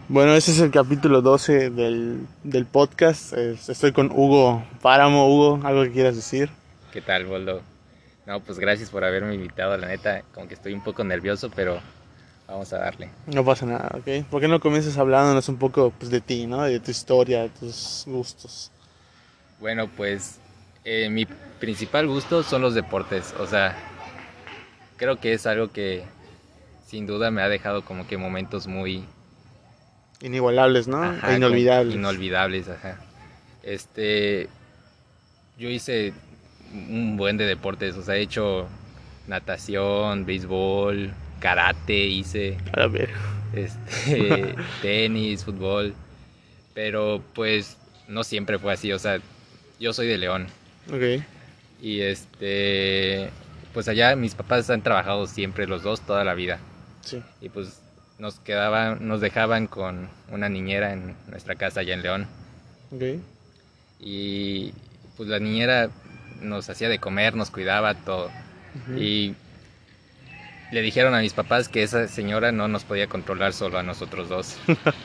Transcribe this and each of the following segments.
Bueno, ese es el capítulo 12 del podcast. Estoy con Hugo Páramo. Hugo, ¿algo que quieras decir? ¿Qué tal, Boldo? No, pues gracias por haberme invitado, la neta, como que estoy un poco nervioso, pero vamos a darle. No pasa nada, ¿ok? ¿Por qué no comienzas hablándonos un poco pues, de ti, ¿no? De tu historia, de tus gustos. Bueno, pues mi principal gusto son los deportes, o sea, creo que es algo que sin duda me ha dejado como que momentos muy, Inigualables, ¿no? E ajá, como inolvidables. inolvidables, ajá. Este, yo hice un buen de deportes, o sea, he hecho natación, béisbol, karate, hice A ver, tenis, fútbol. Pero pues no siempre fue así, o sea, yo soy de León ok, y pues allá mis papás han trabajado siempre los dos toda la vida sí, y pues nos dejaban con una niñera en nuestra casa allá en León ok. y pues la niñera nos hacía de comer, nos cuidaba todo Ujú. y le dijeron a mis papás que esa señora no nos podía controlar solo a nosotros dos.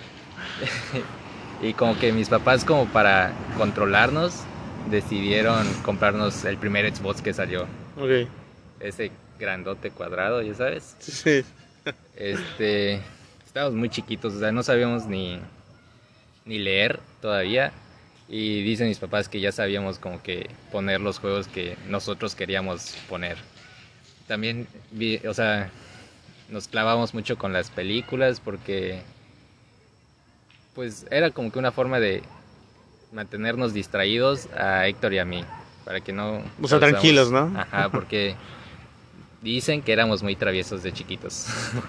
Y como que mis papás, como para controlarnos, decidieron comprarnos el primer Xbox que salió. Ok, Ese grandote cuadrado, ya sabes. sí, sí. Este, Estábamos muy chiquitos, o sea, no sabíamos ni leer todavía. Y dicen mis papás que ya sabíamos como que poner los juegos que nosotros queríamos poner. También, o sea, nos clavamos mucho con las películas porque pues era como que una forma de mantenernos distraídos a Héctor y a mí, para que no O sea, tranquilos, causamos, ¿no? ajá, porque dicen que éramos muy traviesos de chiquitos.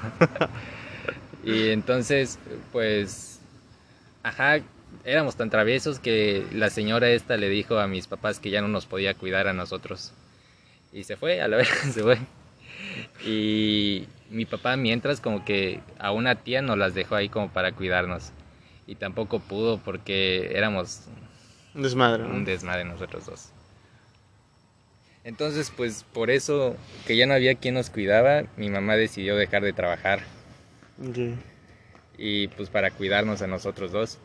Y entonces, pues, ajá, éramos tan traviesos que la señora esta le dijo a mis papás que ya no nos podía cuidar a nosotros. Y se fue, a la vez se fue. Y mi papá mientras como que a una tía nos las dejó ahí como para cuidarnos. Y tampoco pudo porque éramos Un desmadre, un ¿no? desmadre nosotros dos. Entonces, pues por eso que ya no había quien nos cuidaba, mi mamá decidió dejar de trabajar Ok. y pues para cuidarnos a nosotros dos.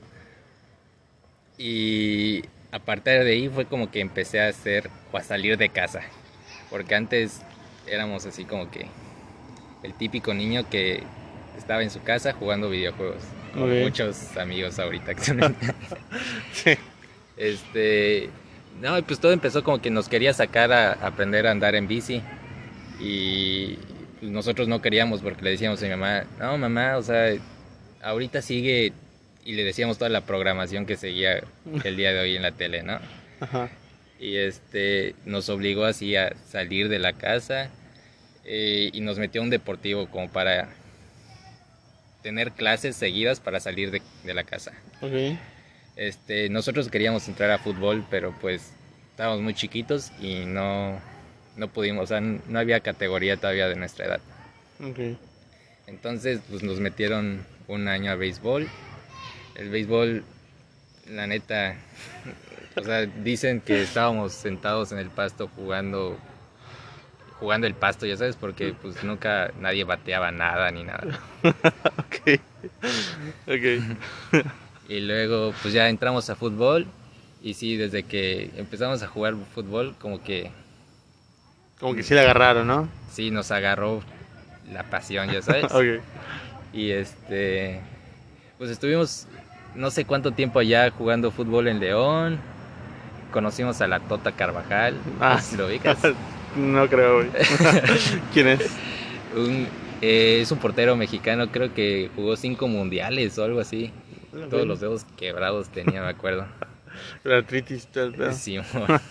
Y a partir de ahí fue como que empecé a hacer o a salir de casa, porque antes éramos así como que el típico niño que estaba en su casa jugando videojuegos, como Ok. muchos amigos ahorita actualmente. Sí. Este, no, pues todo empezó como que nos quería sacar a aprender a andar en bici. Y pues nosotros no queríamos porque le decíamos a mi mamá, no mamá, o sea, ahorita sigue, y le decíamos toda la programación que seguía el día de hoy en la tele, ¿no? Ajá. Y nos obligó así a salir de la casa y nos metió a un deportivo como para tener clases seguidas para salir de la casa. Ok. Nosotros queríamos entrar a fútbol, pero pues estábamos muy chiquitos y no pudimos, o sea, no había categoría todavía de nuestra edad. Ok. Entonces, pues nos metieron un año a béisbol. El béisbol, la neta, o sea, dicen que estábamos sentados en el pasto jugando el pasto, ya sabes, porque pues nunca nadie bateaba nada ni nada. Ok. Ok. Y luego, pues ya entramos a fútbol. Y sí, desde que empezamos a jugar fútbol, como que Como que sí le agarraron, ¿no? sí nos agarró la pasión, ya sabes. Ok. Y pues estuvimos no sé cuánto tiempo allá jugando fútbol en León. Conocimos a la Tota Carvajal, no Ah, sé si lo ubicas. no creo, güey. ¿Quién es? Un, es un portero mexicano, creo que jugó 5 mundiales o algo así. Todos Ok. los dedos quebrados tenía, me acuerdo. La artritis, todo el pedo. Sí,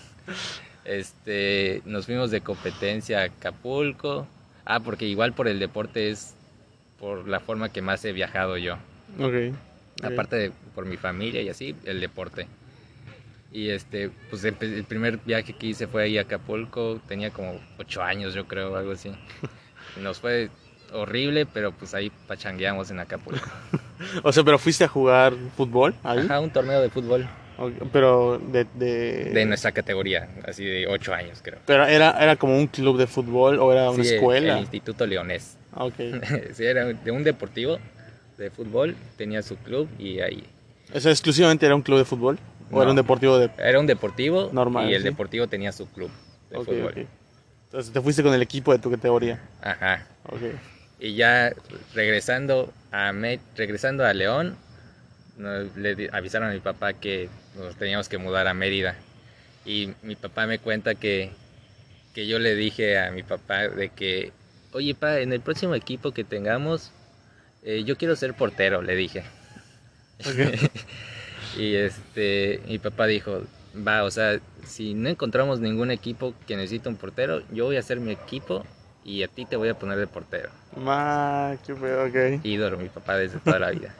nos fuimos de competencia a Acapulco. Ah, porque igual por el deporte es por la forma que más he viajado yo. Ok. Ok. Aparte de por mi familia y así, el deporte. Y pues el primer viaje que hice fue ahí a Acapulco, tenía como 8 años yo creo, algo así. Y nos fue horrible, pero pues ahí pachangueamos en Acapulco. O sea, pero fuiste a jugar fútbol ahí. Ajá, un torneo de fútbol Pero de nuestra categoría, así de 8 años creo. pero era como un club de fútbol o era una Sí, el escuela. Instituto Leonés. Ah, ok. Sí, era de un deportivo, de fútbol tenía su club y ahí. ¿O sea, exclusivamente era un club de fútbol? ¿O era un No, deportivo de era un deportivo normal? y el ¿Sí? deportivo tenía su club de Ok, fútbol. ok. Entonces te fuiste con el equipo de tu categoría. Ajá. Ok. Y ya regresando a León, avisaron a mi papá que nos teníamos que mudar a Mérida. Y mi papá me cuenta que yo le dije a mi papá de que, oye, pa, en el próximo equipo que tengamos, yo quiero ser portero, le dije. Ok. Y mi papá dijo, va, o sea, si no encontramos ningún equipo que necesite un portero, yo voy a hacer mi equipo y a ti te voy a poner de portero. Qué feo, ok. Ídolo, mi papá desde toda la vida.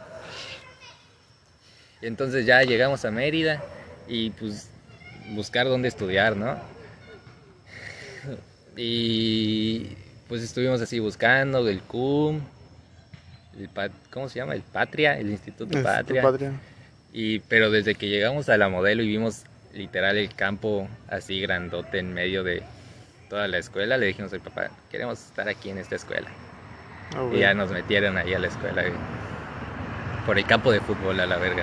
Y entonces ya llegamos a Mérida y pues buscar dónde estudiar, ¿no? Y pues estuvimos así buscando el CUM, ¿cómo se llama? El Patria, el Instituto Tu Patria. patria. Pero desde que llegamos a la Modelo y vimos literal el campo así grandote en medio de toda la escuela, le dijimos al papá, queremos estar aquí en esta escuela. Ok. Y ya nos metieron ahí a la escuela, por el campo de fútbol a la verga.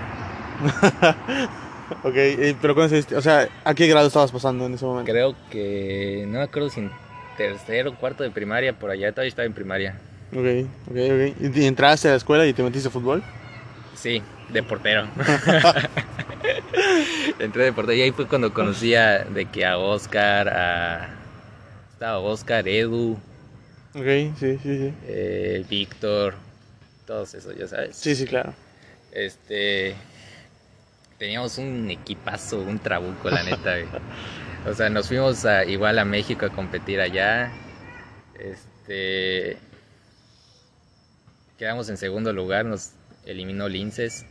Ok, pero ¿cómo se, o sea, ¿a qué grado estabas pasando en ese momento? Creo que, no me acuerdo si en tercero o cuarto de primaria, por allá todavía estaba en primaria. Ok, ok, ok. ¿Y entraste a la escuela y te metiste a fútbol? Sí, de portero. Entré de portero y ahí fue cuando conocí a Oscar, estaba Oscar, Edu, Ok, sí, sí, sí. Víctor, todos esos, ya sabes. Sí, sí, claro. Este, Teníamos un equipazo, un trabuco, la neta, güey. O sea, nos fuimos igual a México a competir allá. Este, Quedamos en segundo lugar, nos eliminó Linces.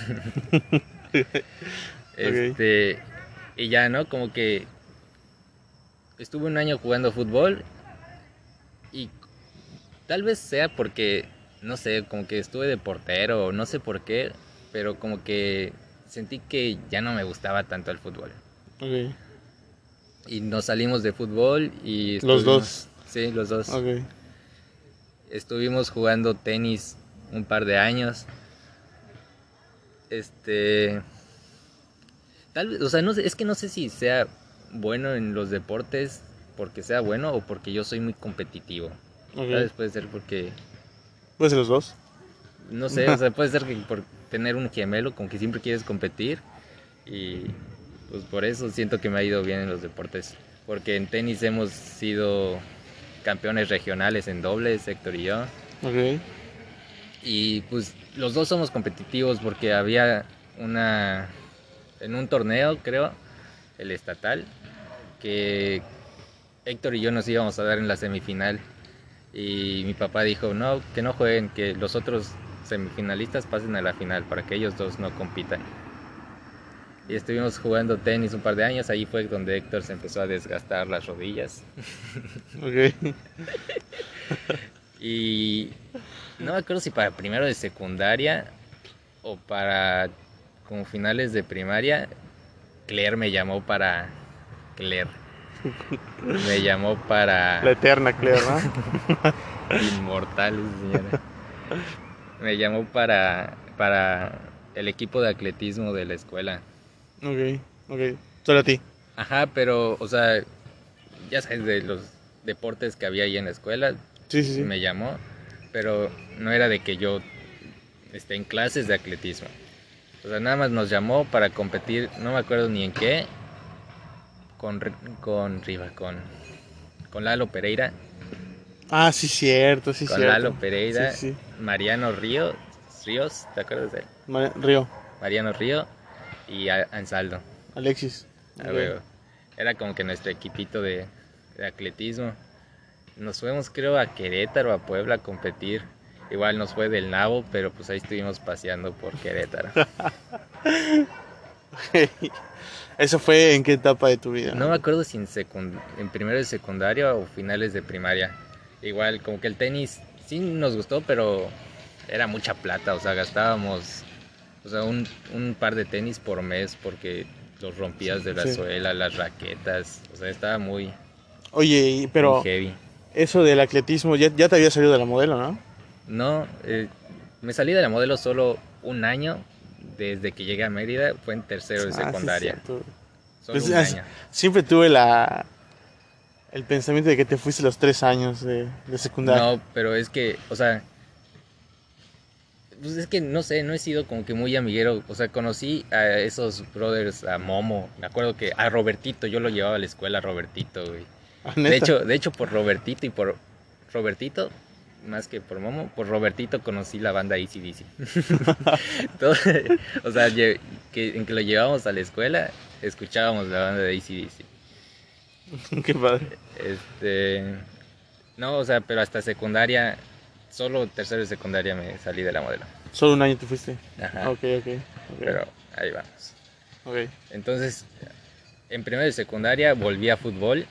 Ok. Y ya, ¿no? Como que estuve un año jugando fútbol y tal vez sea porque, no sé, como que estuve de portero o no sé por qué, pero como que sentí que ya no me gustaba tanto el fútbol. Ok. Y nos salimos de fútbol y Los dos. sí, los dos. Ok. Estuvimos jugando tenis un par de años. Tal vez, o sea, no sé, es que no sé si sea bueno en los deportes porque sea bueno o porque yo soy muy competitivo. Ok. Tal vez puede ser porque, Puede ser los dos. no sé, o sea, puede ser que por tener un gemelo, como que siempre quieres competir y pues por eso siento que me ha ido bien en los deportes. Porque en tenis hemos sido campeones regionales en dobles, Héctor y yo. Ok. Y pues los dos somos competitivos porque había en un torneo, creo, el estatal, que Héctor y yo nos íbamos a dar en la semifinal. Y mi papá dijo, no, que no jueguen, que los otros semifinalistas pasen a la final para que ellos dos no compitan. Y estuvimos jugando tenis un par de años, ahí fue donde Héctor se empezó a desgastar las rodillas. Ok. Y no me acuerdo si para primero de secundaria o para como finales de primaria, Claire me llamó para... Claire. Me llamó La para... eterna Claire, ¿no? Inmortales, señora. Me llamó para el equipo de atletismo de la escuela. Ok, ok. Solo a ti. Ajá, pero, o sea, ya sabes, de los deportes que había ahí en la escuela, Sí, sí, sí. me llamó, pero no era de que yo esté en clases de atletismo. O sea, nada más nos llamó para competir, no me acuerdo ni en qué, con Lalo Pereira, Sí, cierto, sí, con Lalo cierto. Sí, Pereira, sí. Mariano Ríos, ¿te acuerdas de él? Río. Mariano Río y Ansaldo. Alexis. A Ok. huevo. Era como que nuestro equipito de atletismo. Nos fuimos creo a Querétaro, a Puebla a competir. Igual nos fue del nabo, pero pues ahí estuvimos paseando por Querétaro. ¿Eso fue en qué etapa de tu vida? No me acuerdo si en primero de secundaria o finales de primaria. Igual como que el tenis sí nos gustó, pero era mucha plata. O sea, gastábamos, o sea, un par de tenis por mes porque los rompías de la Sí. suela, las raquetas. O sea, estaba muy, Oye, muy pero heavy. eso del atletismo, ya te había salido de la modelo, ¿no? No, me salí de la modelo solo un año desde que llegué a Mérida, fue en tercero de Sí, secundaria. cierto. Solo Pues, un año. siempre tuve el pensamiento de que te fuiste los 3 años de secundaria. No, pero es que, o sea, pues es que no sé, no he sido como que muy amiguero. O sea, conocí a esos brothers, a Momo. Me acuerdo que a Robertito, yo lo llevaba a la escuela, a Robertito, güey. Ah, neta. De hecho, por Robertito y por Robertito, más que por Momo, por Robertito conocí la banda AC/DC. Todo- o sea, en que lo llevábamos a la escuela, escuchábamos la banda de AC/DC. Qué padre. Este, no, o sea, pero hasta secundaria, solo tercero de secundaria me salí de la modelo. Solo un año te fuiste. Ajá, Ok, ok. pero ahí vamos. Ok. Entonces, en primero de secundaria volví a fútbol.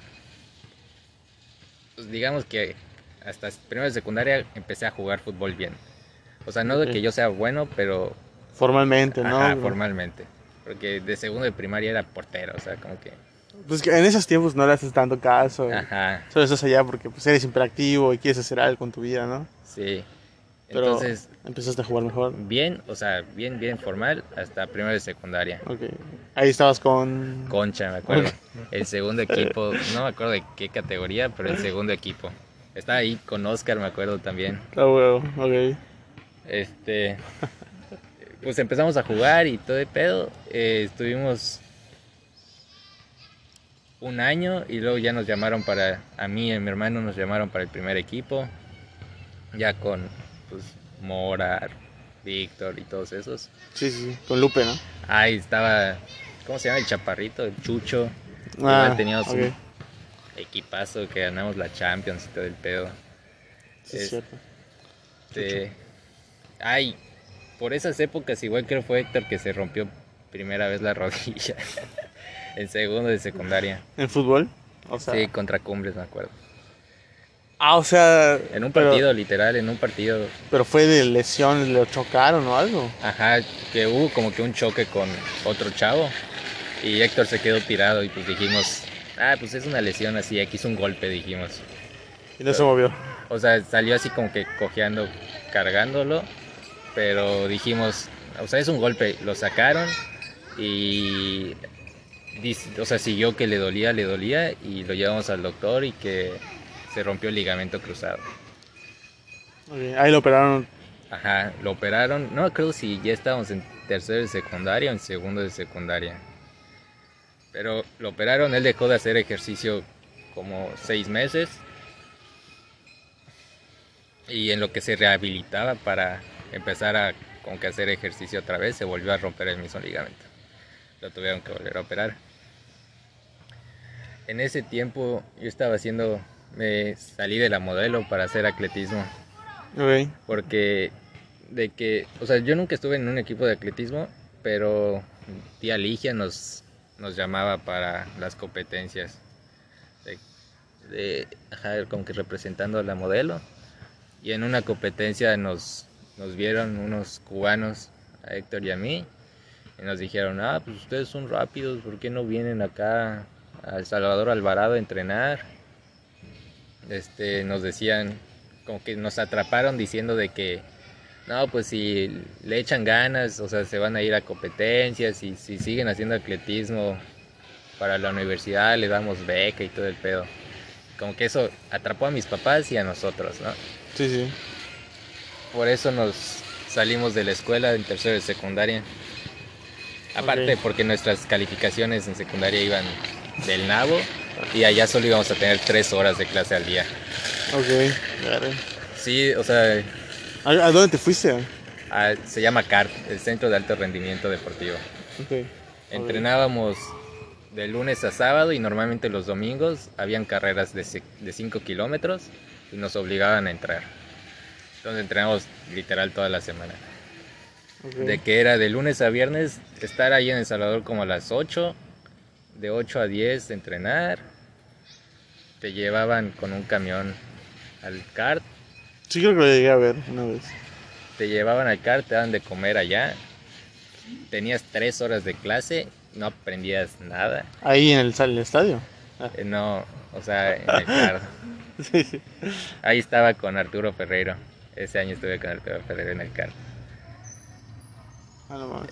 Pues digamos que hasta primero de secundaria empecé a jugar fútbol bien. O sea, no de que Ok. yo sea bueno, pero Formalmente, ¿no? ajá, formalmente. Porque de segundo de primaria era portero, o sea, como que Pues que en esos tiempos no le haces tanto caso. ajá, Solo estás allá porque pues eres hiperactivo y quieres hacer algo con tu vida, ¿no? sí. Pero Entonces, empezaste a jugar mejor. bien, o sea, bien formal hasta primero de secundaria. Ok. Ahí estabas con... Concha, me Ok. acuerdo. El segundo equipo, no me acuerdo de qué categoría, pero el segundo equipo. Estaba ahí con Oscar, me acuerdo también. Ah, huevo. Ok. Este, pues empezamos a jugar y todo de pedo. Estuvimos un año y luego ya nos llamaron a mí y a mi hermano nos llamaron para el primer equipo. Ya con, pues, Mora, Víctor y todos esos. Sí, sí, sí. Con Lupe, ¿no? Ahí estaba, ¿cómo se llama? El chaparrito, el Chucho. Igual Ah, teníamos un ok. equipazo que ganamos la Champions y todo el pedo. Sí, es cierto. Chucho. Este, ay, por esas épocas igual creo fue Héctor que se rompió primera vez la rodilla en segundo de secundaria. ¿En fútbol? O sea... Sí, contra Cumbres me acuerdo. Ah, o sea... En un Pero, partido, literal, en un partido, pero fue de lesión, le chocaron o algo. ajá, que hubo como que un choque con otro chavo y Héctor se quedó tirado y pues dijimos, ah, pues es una lesión así, aquí es un golpe, dijimos. Y no se movió. O sea, salió así como que cojeando, cargándolo, pero dijimos, o sea, es un golpe, lo sacaron y, o sea, siguió que le dolía y lo llevamos al doctor y que se rompió el ligamento cruzado. Ok. Ahí lo operaron. Ajá, lo operaron, no creo si ya estábamos en tercero de secundaria o en segundo de secundaria, pero lo operaron, él dejó de hacer ejercicio como 6 meses y en lo que se rehabilitaba para empezar a como que hacer ejercicio otra vez, se volvió a romper el mismo ligamento. Lo tuvieron que volver a operar. En ese tiempo yo estaba haciendo, me salí de la modelo para hacer atletismo, Ok. porque o sea, yo nunca estuve en un equipo de atletismo, pero tía Ligia nos llamaba para las competencias ajá, como que representando a la modelo. Y en una competencia nos vieron unos cubanos, a Héctor y a mí, y nos dijeron, ah, pues ustedes son rápidos, ¿por qué no vienen acá a El Salvador Alvarado a entrenar? Nos decían, como que nos atraparon diciendo de que, no, pues si le echan ganas, o sea, se van a ir a competencias y si siguen haciendo atletismo para la universidad, le damos beca y todo el pedo. Como que eso atrapó a mis papás y a nosotros, ¿no? Sí, sí. Por eso nos salimos de la escuela en tercero de secundaria. Aparte Ok. porque nuestras calificaciones en secundaria iban del nabo y allá solo íbamos a tener 3 horas de clase al día. Ok. Verga. Sí, o sea, ¿A dónde te fuiste? se llama CART, el Centro de Alto Rendimiento Deportivo. Ok. Ok. Entrenábamos de lunes a sábado y normalmente los domingos habían carreras de 5 kilómetros y nos obligaban a entrar. Entonces entrenamos literal toda la semana. Ok. De que era de lunes a viernes estar ahí en El Salvador como a las 8, de 8 a 10 entrenar. Te llevaban con un camión al CART, Sí, creo que lo llegué a ver una vez. te llevaban al CART, te daban de comer allá. Tenías 3 horas de clase, no aprendías nada. Ahí en el estadio. Ah. No, o sea, en el CART. Sí, sí. Ahí estaba con Arturo Ferreiro. ese año estuve con Arturo Ferrer en el kart. Ah, no mames.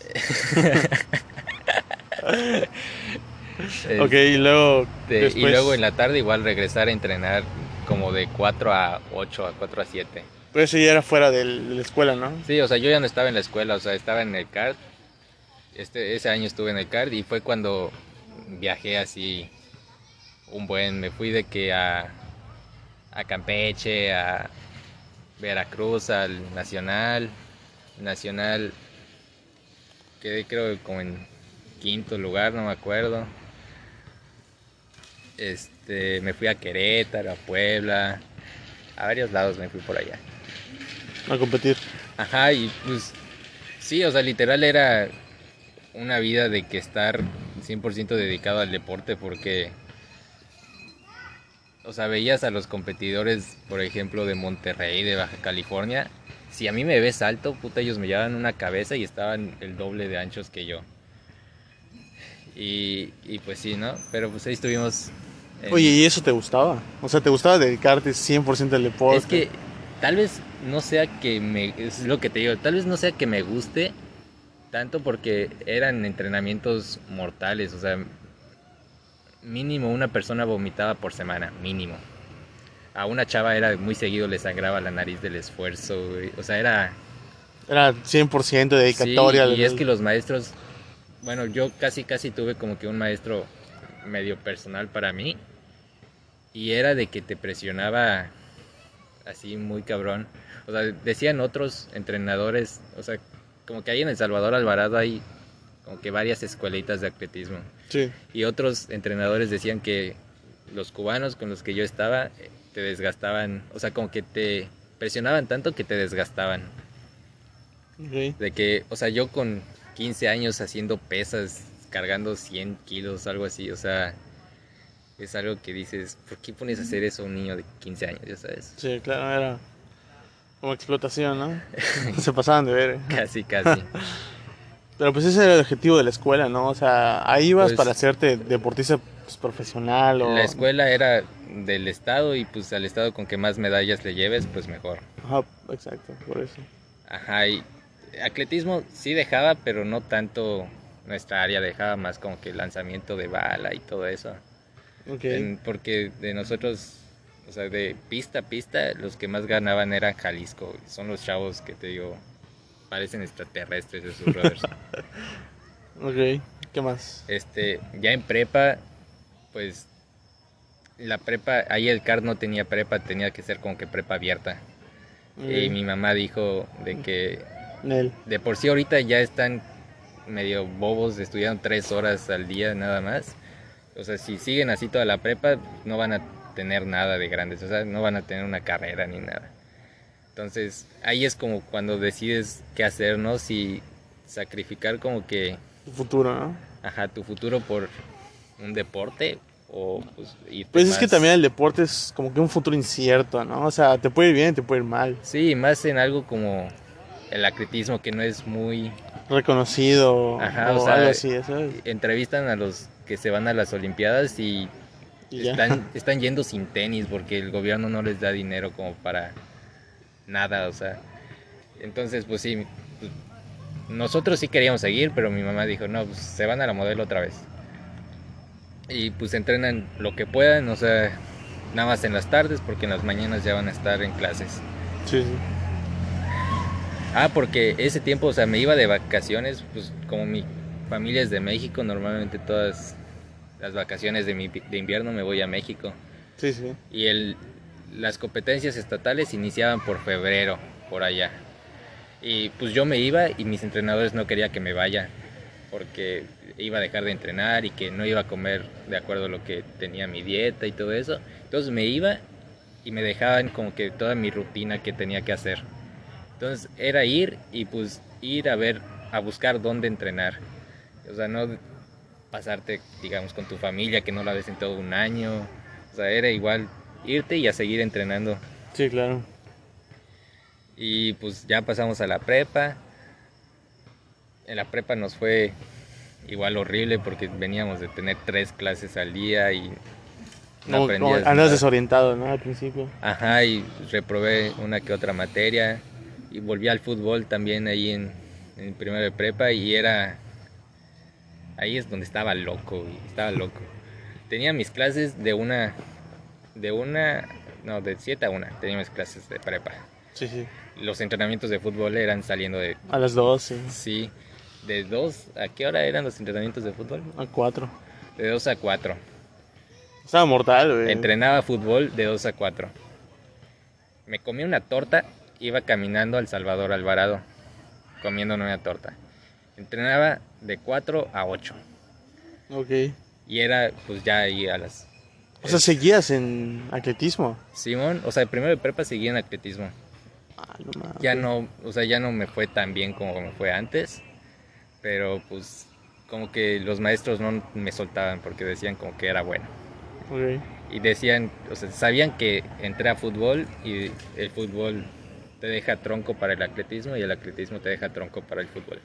Es- Ok, y luego y luego en después, la tarde igual regresar a entrenar como de 4 a 8 a 4 a 7. pues eso ya era fuera de la escuela, ¿no? Sí, o sea, yo ya no estaba en la escuela, o sea, estaba en el kart. Ese año estuve en el kart y fue cuando viajé así me fui de que a Campeche, a Veracruz, al Nacional, quedé creo que como en quinto lugar, no me acuerdo. Me fui a Querétaro, a Puebla, a varios lados me fui por allá. A competir. Ajá, y pues sí, o sea, literal era una vida de que estar 100% dedicado al deporte porque, o sea, veías a los competidores, por ejemplo, de Monterrey, de Baja California. Si a mí me ves alto, puta, ellos me llevaban una cabeza y estaban el doble de anchos que yo. Y pues sí, ¿no? Pero pues ahí estuvimos Oye, en... ¿y eso te gustaba? O sea, ¿te gustaba dedicarte 100% al Es deporte? que tal vez no sea que me... Es lo que te digo, tal vez no sea que me guste tanto porque eran entrenamientos mortales, o sea, mínimo una persona vomitaba por semana, mínimo. A una chava era muy seguido, le sangraba la nariz del esfuerzo, güey. O sea, era... Era 100% Sí, dedicatoria y es que los maestros, bueno, yo casi tuve como que un maestro medio personal para mí y era de que te presionaba así muy cabrón. O sea, decían otros entrenadores, o sea, como que ahí en El Salvador Alvarado hay como que varias escuelitas de atletismo. Sí. Y otros entrenadores decían que los cubanos con los que yo estaba te desgastaban, o sea, como que te presionaban tanto que te desgastaban. Ok. De que, o sea, yo con 15 años haciendo pesas, cargando 100 kilos, algo así, o sea, es algo que dices, ¿por qué pones a hacer eso a un niño de 15 años, ya sabes? Sí, claro, era como explotación, ¿no? Se pasaban de ver. Casi, casi. Pero pues ese era el objetivo de la escuela, ¿no? O sea, ahí ibas para Pues hacerte deportista pues, profesional la o... escuela era del estado y pues al estado con que más medallas le lleves, pues mejor. Ajá, exacto, por eso. Ajá, y atletismo sí dejaba, pero no tanto nuestra área, dejaba más como que lanzamiento de bala y todo eso. Ok. Porque de nosotros, o sea, de pista a pista, los que más ganaban eran Jalisco. Son los chavos que te digo, parecen extraterrestres esos brothers. Ok, ¿qué más? Ya en prepa, pues la prepa, ahí el CAR no tenía prepa, tenía que ser como que prepa abierta. Y Ok, mi mamá dijo de que Nel. de por sí ahorita ya están medio bobos, estudiando 3 horas al día nada más. O sea, si siguen así toda la prepa, no van a tener nada de grandes, o sea, no van a tener una carrera ni nada. Entonces, ahí es como cuando decides qué hacer, ¿no? Si sacrificar como que, Tu futuro, ¿no? ajá, tu futuro por un deporte o pues irte Pues es que también más, el deporte es como que un futuro incierto, ¿no? O sea, te puede ir bien, te puede ir mal. sí, más en algo como el atletismo que no es muy, Reconocido ajá, o o algo sea, así, ¿sabes? entrevistan a los que se van a las Olimpiadas y Y ya. están yendo sin tenis porque el gobierno no les da dinero como para nada, o sea. Entonces, pues sí, pues, nosotros sí queríamos seguir, pero mi mamá dijo, no, pues se van a la modelo otra vez. Y pues entrenan lo que puedan, o sea, nada más en las tardes porque en las mañanas ya van a estar en clases. Sí, sí. Ah, porque ese tiempo, o sea, me iba de vacaciones, pues como mi familia es de México, normalmente todas las vacaciones de invierno me voy a México. Sí, sí. Y las competencias estatales iniciaban por febrero, por allá. Y pues yo me iba y mis entrenadores no querían que me vaya porque iba a dejar de entrenar y que no iba a comer de acuerdo a lo que tenía mi dieta y todo eso. Entonces me iba y me dejaban como que toda mi rutina que tenía que hacer. Entonces era ir y pues ir a ver, a buscar dónde entrenar. O sea, no pasarte, digamos, con tu familia que no la ves en todo un año. O sea, era igual irte y a seguir entrenando. Sí, claro. Y pues ya pasamos a la prepa. En la prepa nos fue igual horrible porque veníamos de tener 3 clases al día y no aprendías Andas nada. desorientado, ¿no? Al principio. Ajá, y reprobé una que otra materia y volví al fútbol también ahí en primero de prepa y ahí es donde estaba loco, güey, estaba loco. Tenía mis clases de 7 a 1, tenía mis clases de prepa. Sí, sí. Los entrenamientos de fútbol eran saliendo de, A las 2, sí. sí, de 2, ¿a qué hora eran los entrenamientos de fútbol? A 4. De 2 a 4. Estaba mortal, güey. Entrenaba fútbol de 2 a 4. Me comí una torta, iba caminando al Salvador Alvarado, comiéndome una torta. Entrenaba de 4 a 8. Ok. Y era pues ya ahí a las... O sea, seguías en atletismo. Simón, o sea, primero de prepa seguía en atletismo. Ah, no mames. Ya Ok. no, o sea, ya no me fue tan bien como me fue antes. Pero pues como que los maestros no me soltaban porque decían como que era bueno. Ok. Y decían, o sea, sabían que entré a fútbol y el fútbol te deja tronco para el atletismo y el atletismo te deja tronco para el fútbol.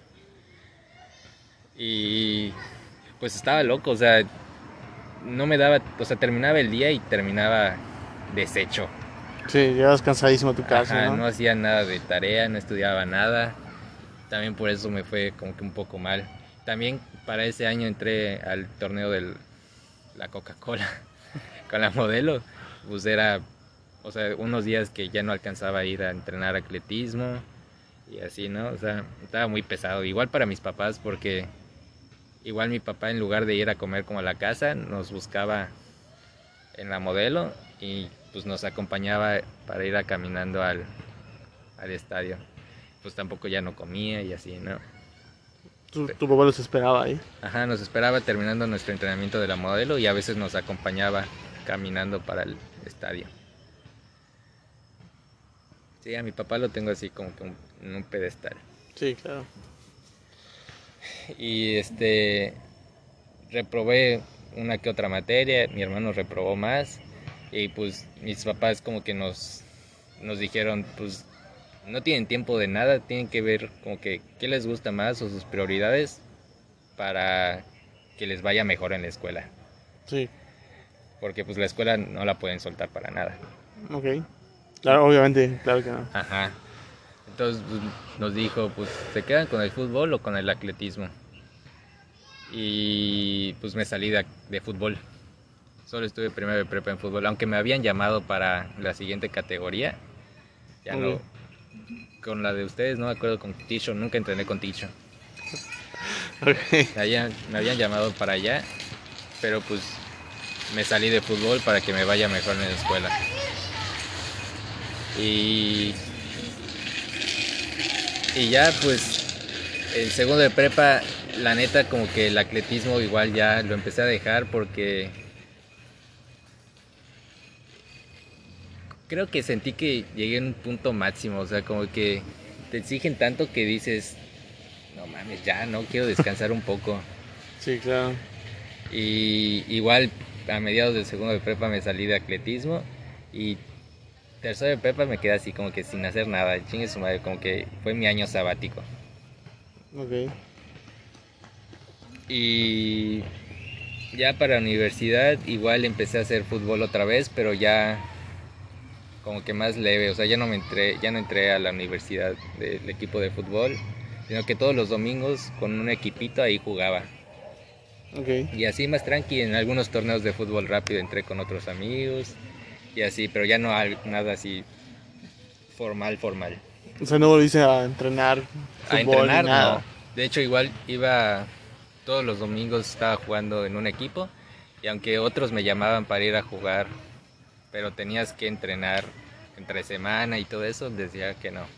Y pues estaba loco, o sea, no me daba, o sea, terminaba el día y terminaba deshecho. Sí, llegabas cansadísimo a tu casa, Ajá, ¿no? no hacía nada de tarea, no estudiaba nada. También por eso me fue como que un poco mal. También para ese año entré al torneo de la Coca-Cola con la modelo. Pues era, o sea, unos días que ya no alcanzaba a ir a entrenar atletismo y así, ¿no? O sea, estaba muy pesado. Igual para mis papás porque igual mi papá en lugar de ir a comer como a la casa, nos buscaba en la modelo y pues nos acompañaba para ir a caminando al estadio. Pues tampoco ya no comía y así, ¿no? Tu papá los esperaba ahí. Ajá, nos esperaba terminando nuestro entrenamiento de la modelo y a veces nos acompañaba caminando para el estadio. Sí, a mi papá lo tengo así como que en un pedestal. Sí, claro. Y reprobé una que otra materia, mi hermano reprobó más y pues mis papás como que nos dijeron pues no tienen tiempo de nada, tienen que ver como que qué les gusta más o sus prioridades para que les vaya mejor en la escuela. Sí. Porque pues la escuela no la pueden soltar para nada. Ok. Claro, obviamente, claro que no. Ajá. Entonces pues, nos dijo, pues se quedan con el fútbol o con el atletismo. Y pues me salí de fútbol. Solo estuve primero de prepa en fútbol, aunque me habían llamado para la siguiente categoría. Ya no, Ok. con la de ustedes no me acuerdo con Ticho, nunca entrené con Ticho. Ok. Me habían llamado para allá, pero pues me salí de fútbol para que me vaya mejor en la escuela. Y ya pues el segundo de prepa, la neta como que el atletismo igual ya lo empecé a dejar porque creo que sentí que llegué a un punto máximo, o sea, como que te exigen tanto que dices, no mames, ya no quiero descansar un poco. Sí, claro. Y igual a mediados del segundo de prepa me salí de atletismo y tercero de prepa me quedé así como que sin hacer nada, chingue su madre, como que fue mi año sabático. Ok. Y ya para la universidad igual empecé a hacer fútbol otra vez, pero ya como que más leve, o sea, ya no entré a la universidad del equipo de fútbol, sino que todos los domingos con un equipito ahí jugaba. Ok. Y así más tranqui, en algunos torneos de fútbol rápido entré con otros amigos y así, pero ya no nada así formal. O sea, no volviste a entrenar A fútbol ni entrenar no. nada. De hecho igual iba todos los domingos estaba jugando en un equipo y aunque otros me llamaban para ir a jugar, pero tenías que entrenar entre semana y todo eso, decía que no.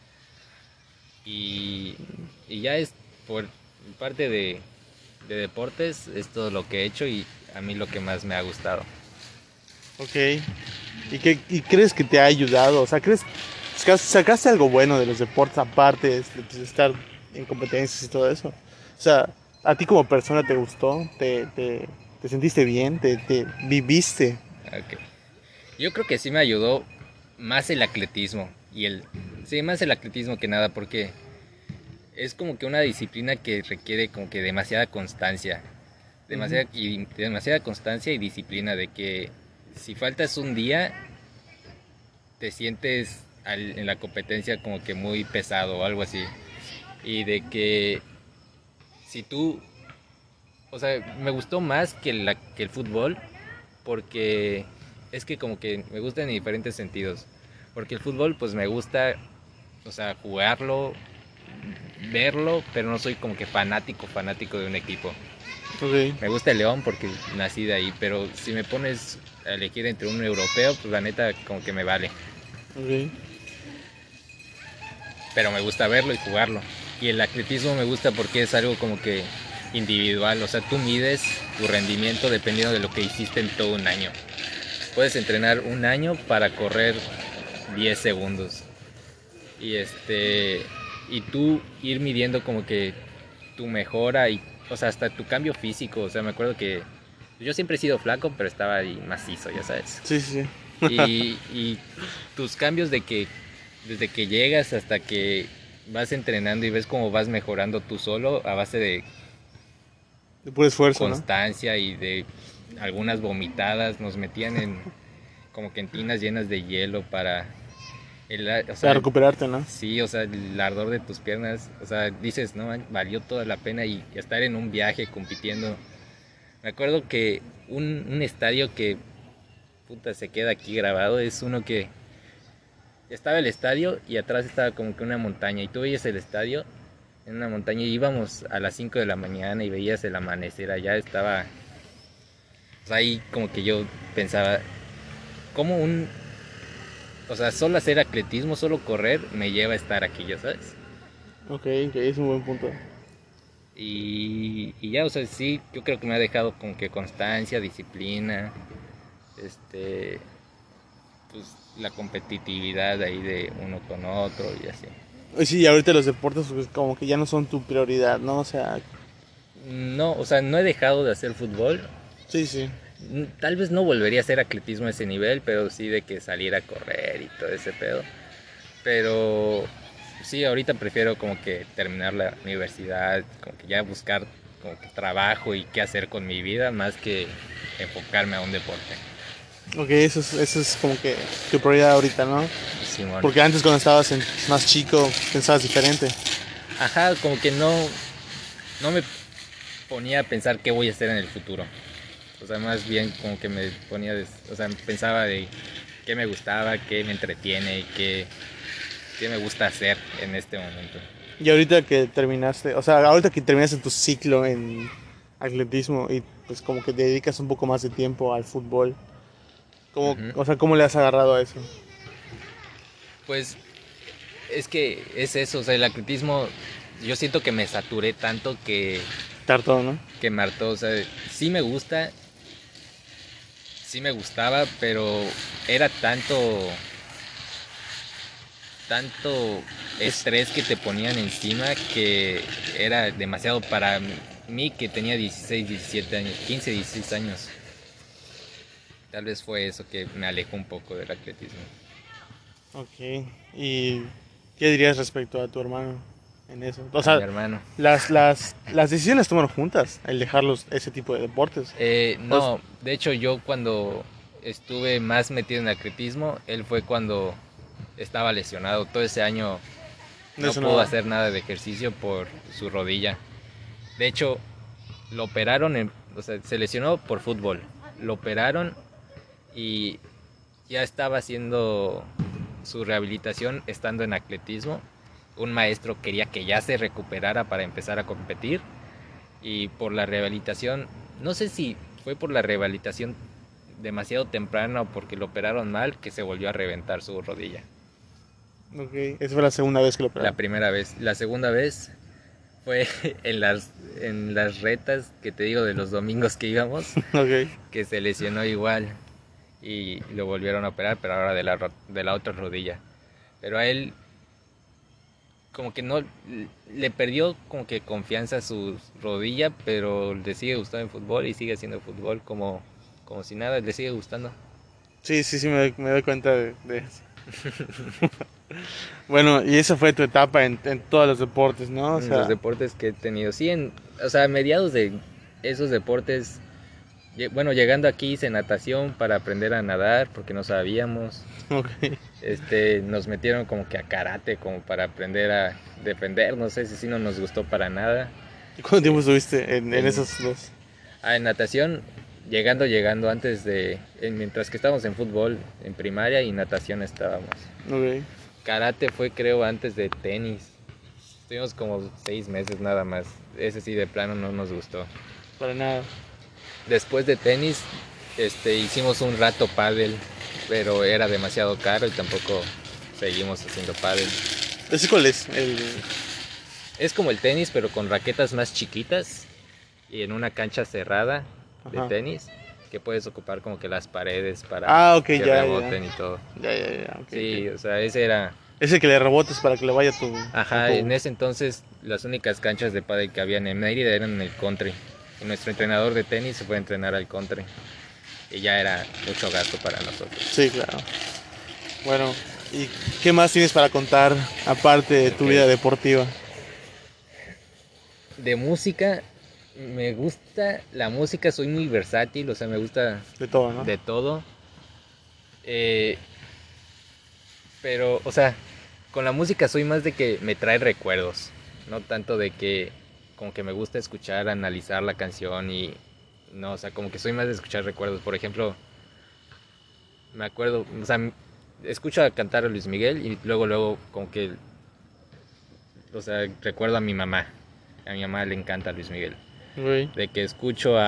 Y, y ya es por parte de deportes, es todo lo que he hecho y a mí lo que más me ha gustado. Ok. ¿Y crees que te ha ayudado? O sea, ¿crees que sacaste algo bueno de los deportes aparte de pues, estar en competencias y todo eso? O sea, ¿a ti como persona te gustó? ¿Te sentiste bien? ¿Te viviste? Okay. Yo creo que sí me ayudó más el atletismo sí, más el atletismo que nada porque es como que una disciplina que requiere como que demasiada constancia, Ujú. demasiada constancia y disciplina de que si faltas un día, te sientes en la competencia como que muy pesado o algo así. Y de que si tú, o sea, me gustó más que el fútbol, porque es que como que me gusta en diferentes sentidos. Porque el fútbol pues me gusta, o sea, jugarlo, verlo, pero no soy como que fanático de un equipo. Okay. Me gusta el León porque nací de ahí, pero si me pones a elegir entre un europeo, pues la neta como que me vale. Okay. Pero me gusta verlo y jugarlo. Y el atletismo me gusta porque es algo como que individual, o sea, tú mides tu rendimiento dependiendo de lo que hiciste en todo un año. Puedes entrenar un año para correr 10 segundos. Y tú ir midiendo como que tu mejora y, o sea, hasta tu cambio físico. O sea, me acuerdo que yo siempre he sido flaco, pero estaba ahí macizo, ya sabes. Sí, sí, sí. Y tus cambios de que desde que llegas hasta que vas entrenando y ves cómo vas mejorando tú solo a base de De puro esfuerzo, ¿no? constancia y de algunas vomitadas. Nos metían en como que en tinas llenas de hielo para o sea, Para recuperarte, ¿no? sí, o sea, el ardor de tus piernas, o sea, dices, no, valió toda la pena y estar en un viaje compitiendo. Me acuerdo que un estadio que puta se queda aquí grabado es uno que estaba el estadio y atrás estaba como que una montaña y tú veías el estadio en una montaña y íbamos a las 5 de la mañana y veías el amanecer allá, estaba, o sea, ahí como que yo pensaba, ¿cómo o sea, solo hacer atletismo, solo correr me lleva a estar aquí, ya sabes? Ok, es un buen punto. Y ya, o sea, sí, yo creo que me ha dejado como que constancia, disciplina, pues la competitividad ahí de uno con otro y así. Sí, ahorita los deportes pues, como que ya no son tu prioridad, ¿no? O sea, No, o sea, no he dejado de hacer fútbol. sí, sí. Tal vez no volvería a hacer atletismo a ese nivel, pero sí de que salir a correr y todo ese pedo. Pero sí, ahorita prefiero como que terminar la universidad, como que ya buscar como que trabajo y qué hacer con mi vida, más que enfocarme a un deporte. Ok, eso es como que tu prioridad ahorita, ¿no? Simón. Porque antes cuando estabas más chico pensabas diferente. Ajá, como que no me ponía a pensar qué voy a hacer en el futuro. O sea, más bien como que me ponía, o sea, pensaba de qué me gustaba, qué me entretiene, qué me gusta hacer en este momento. Y ahorita que terminaste, o sea, ahorita que terminaste tu ciclo en atletismo y pues como que te dedicas un poco más de tiempo al fútbol, ¿cómo, Uh-huh. o sea, cómo le has agarrado a eso? Pues es que es eso, o sea, el atletismo, yo siento que me saturé tanto Tartón, ¿no? que me hartó, o sea, sí me gusta, sí me gustaba, pero era tanto estrés que te ponían encima que era demasiado para mí que tenía 16, 17 años, 15, 16 años. Tal vez fue eso que me alejó un poco del atletismo. Ok. ¿Y qué dirías respecto a tu hermano en eso? O A mi sea, hermano. las decisiones las tomaron juntas, el dejarlos ese tipo de deportes. No, de hecho yo cuando estuve más metido en atletismo, él fue cuando estaba lesionado. Todo ese año no Eso pudo no. hacer nada de ejercicio por su rodilla. De hecho, lo operaron, o sea, se lesionó por fútbol. Lo operaron y ya estaba haciendo su rehabilitación estando en atletismo. Un maestro quería que ya se recuperara para empezar a competir y por la rehabilitación, no sé si fue por la rehabilitación demasiado temprana o porque lo operaron mal, que se volvió a reventar su rodilla. Ok, esa fue la segunda vez que lo La operaron. primera vez. La segunda vez fue en las retas que te digo de los domingos que íbamos, Ok. que se lesionó igual y lo volvieron a operar, pero ahora de la otra rodilla. Pero a él como que no le perdió como que confianza a su rodilla, pero le sigue gustando el fútbol y sigue haciendo fútbol como si nada, le sigue gustando. Sí, sí, sí, me doy cuenta de eso. Bueno, y esa fue tu etapa en todos los deportes, ¿no? O Los sea, deportes que he tenido, sí, o sea, a mediados de esos deportes Bueno, llegando aquí hice natación para aprender a nadar porque no sabíamos. Ok. Nos metieron como que a karate como para aprender a defender, no sé si no nos gustó para nada. ¿Y cuánto tiempo estuviste en En, esos dos? en natación, llegando mientras que estábamos en fútbol en primaria y natación estábamos. Ok. Karate fue creo antes de tenis. Estuvimos como 6 meses nada más. Ese sí de plano no nos gustó. Para nada. Después de tenis, hicimos un rato pádel, pero era demasiado caro y tampoco seguimos haciendo pádel. ¿Ese cuál es? Es como el tenis, pero con raquetas más chiquitas y en una cancha cerrada de Ajá. tenis que puedes ocupar como que las paredes para Ah, ok, que ya, reboten ya. y todo. Ya, ok, Sí, ok. o sea, ese era... Ese que le rebotes para que le vaya Ajá, en ese entonces las únicas canchas de pádel que habían en Mérida eran en el country. Y nuestro entrenador de tenis se fue a entrenar al country. Y ya era mucho gasto para nosotros. Sí, claro. Bueno, ¿y qué más tienes para contar aparte de tu Ok. vida deportiva? De música, me gusta la música, soy muy versátil, o sea, me gusta De todo, ¿no? de todo. Eh, pero, o sea, con la música soy más de que me trae recuerdos, no tanto de que como que me gusta escuchar, analizar la canción y no, o sea, como que soy más de escuchar recuerdos. Por ejemplo, me acuerdo, o sea, escucho a cantar a Luis Miguel y luego como que, o sea, recuerdo a mi mamá. A mi mamá le encanta Luis Miguel. Ok. De que escucho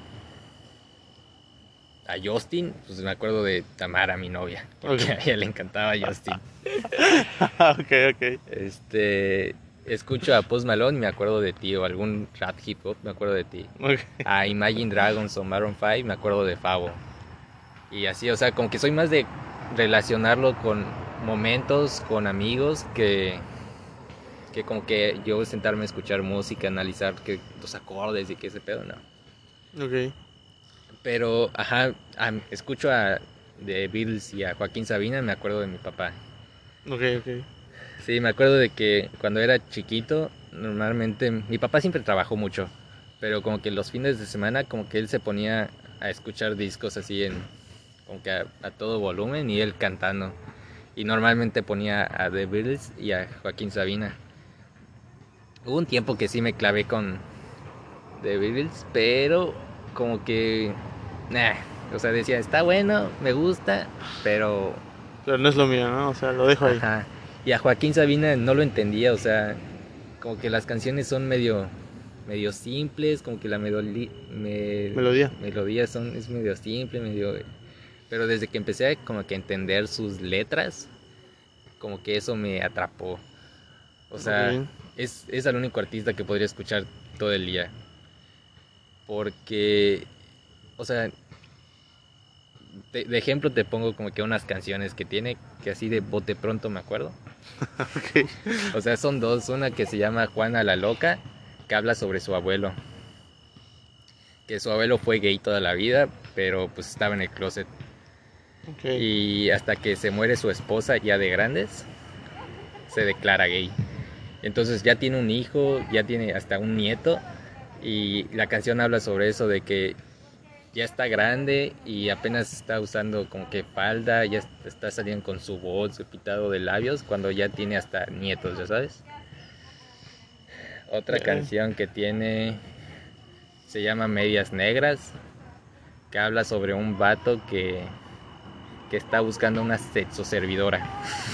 a Justin, pues me acuerdo de Tamara, mi novia, porque Ok. a ella le encantaba Justin. Ok, ok. Escucho a Post Malone, me acuerdo de ti, o algún rap hip hop, me acuerdo de ti. Ok. A Imagine Dragons o Maroon 5, me acuerdo de Favo. Y así, o sea, como que soy más de relacionarlo con momentos, con amigos, que como que yo sentarme a escuchar música, analizar los acordes y qué ese pedo, no. Ok. Pero, ajá, escucho a The Beatles y a Joaquín Sabina, me acuerdo de mi papá. Ok, ok. Sí, me acuerdo de que cuando era chiquito, normalmente mi papá siempre trabajó mucho, pero como que los fines de semana como que él se ponía a escuchar discos así como que a todo volumen y él cantando. Y normalmente ponía a The Beatles y a Joaquín Sabina. Hubo un tiempo que sí me clavé con The Beatles, pero como que nah, o sea, decía, está bueno, me gusta, pero Pero no es lo mío, ¿no? O sea, lo dejo ahí. ajá. Y a Joaquín Sabina no lo entendía, o sea, como que las canciones son medio simples, como que la Melodía. melodía es medio simple, pero desde que empecé como que a entender sus letras, como que eso me atrapó. O sea, Ok. es el único artista que podría escuchar todo el día. Porque, o sea, de ejemplo te pongo como que unas canciones que tiene, que así de bote pronto me acuerdo. Ok. O sea, son dos, una que se llama Juana la Loca, que habla sobre su abuelo. Que su abuelo fue gay toda la vida, pero pues estaba en el closet. Ok. Y hasta que se muere su esposa ya de grandes, se declara gay. Entonces ya tiene un hijo, ya tiene hasta un nieto. Y la canción habla sobre eso, de que ya está grande y apenas está usando como que falda, ya está saliendo con su voz, su pitado de labios, cuando ya tiene hasta nietos, ¿ya sabes? Otra Ya. canción que tiene se llama Medias Negras, que habla sobre un vato que está buscando una sexoservidora.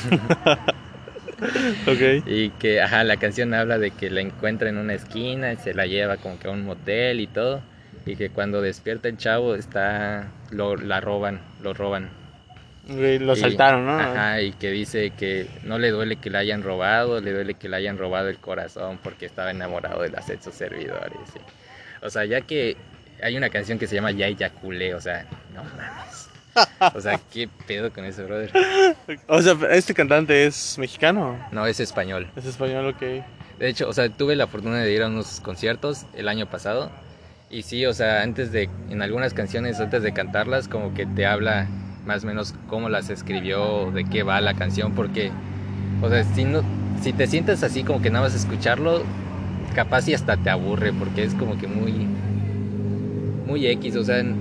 Ok. Y que, ajá, la canción habla de que la encuentra en una esquina y se la lleva como que a un motel y todo. Y que cuando despierta el chavo la roban, lo roban. Ok, lo Y, saltaron, ¿no? ajá, y que dice que no le duele que la hayan robado, le duele que le hayan robado el corazón porque estaba enamorado de la sexo servidor. Y sí. O sea, ya que hay una canción que se llama Ya eyaculé, o sea, no mames. O sea, ¿qué pedo con eso, brother? O sea, este cantante es mexicano. No, es español. Es español, ok. De hecho, o sea, tuve la fortuna de ir a unos conciertos el año pasado. Y sí, o sea, en algunas canciones, antes de cantarlas, como que te habla más o menos cómo las escribió, de qué va la canción, porque, o sea, si te sientes así como que nada más escucharlo, capaz y hasta te aburre, porque es como que muy X, o sea,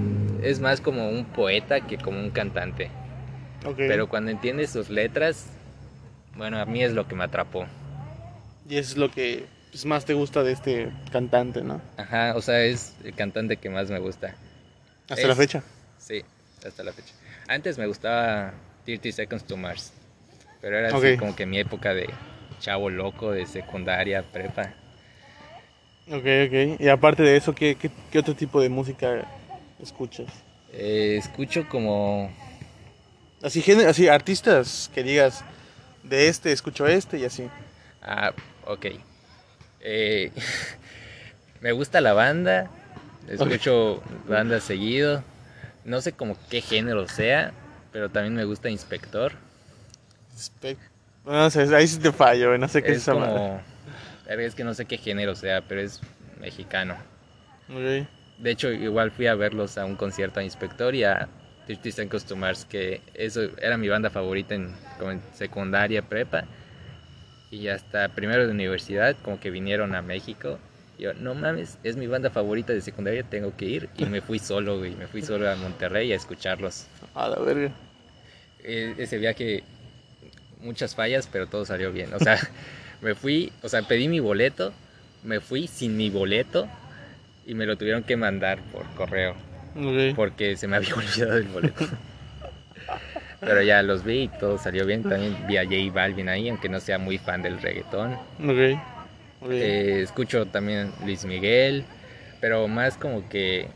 es más como un poeta que como un cantante. Ok. Pero cuando entiendes sus letras, bueno, a mí es lo que me atrapó. Y eso es lo que pues, más te gusta de este cantante, ¿no? Ajá, o sea, es el cantante que más me gusta. Hasta la Es, fecha. sí, hasta la fecha. Antes me gustaba 30 Seconds to Mars, pero era así Ok. como que mi época de chavo loco, de secundaria, prepa. Ok, ok. Y aparte de eso, ¿qué otro tipo de música escuchas? Escucho como... Así artistas que digas, de este escucho este y así. Ah, ok. Eh, me gusta la banda, Ok. escucho banda seguido. No sé como qué género sea, pero también me gusta Inspector. Spec- No sé, ahí sí te fallo, güey, no sé qué es Es esa madre. como... Es que no sé qué género sea, pero es mexicano. Ok. De hecho, igual fui a verlos a un concierto a Inspector y a 30 Seconds to Mars, que eso era mi banda favorita como en secundaria, prepa. Y hasta primero de universidad, como que vinieron a México. Y yo, no mames, es mi banda favorita de secundaria, tengo que ir. Y me fui solo, güey, me fui solo a Monterrey a escucharlos. A la verga. Ese viaje, muchas fallas, pero todo salió bien. O sea, me fui, o sea, pedí mi boleto, me fui sin mi boleto y me lo tuvieron que mandar por correo Ok. porque se me había olvidado el boleto. Pero ya los vi y todo salió bien. También vi a J Balvin ahí, aunque no sea muy fan del reggaetón. Ok. Ok. Escucho también Luis Miguel, pero más como que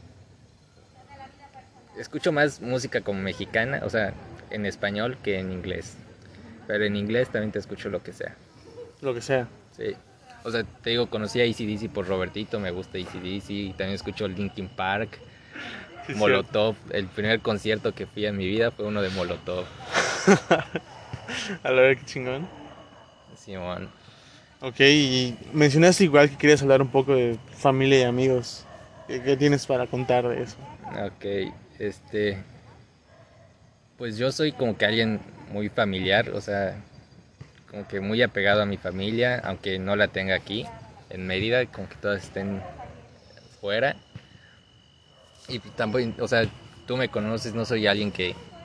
escucho más música como mexicana, o sea, en español que en inglés. Pero en inglés también te escucho lo que sea. Lo que sea. Sí. O sea, te digo, conocí a AC/DC por Robertito, me gusta AC/DC. También escucho Linkin Park, Sí, es cierto. Molotov. El primer concierto que fui en mi vida fue uno de Molotov. A la verga, qué chingón. Simón. Ok, y mencionaste igual que querías hablar un poco de familia y amigos. ¿Qué tienes para contar de eso? Ok, este, pues yo soy como que alguien muy familiar, o sea, como que muy apegado a mi familia, aunque no la tenga aquí, en Mérida, como que todas estén fuera. Y tampoco, o sea, tú me conoces, no soy alguien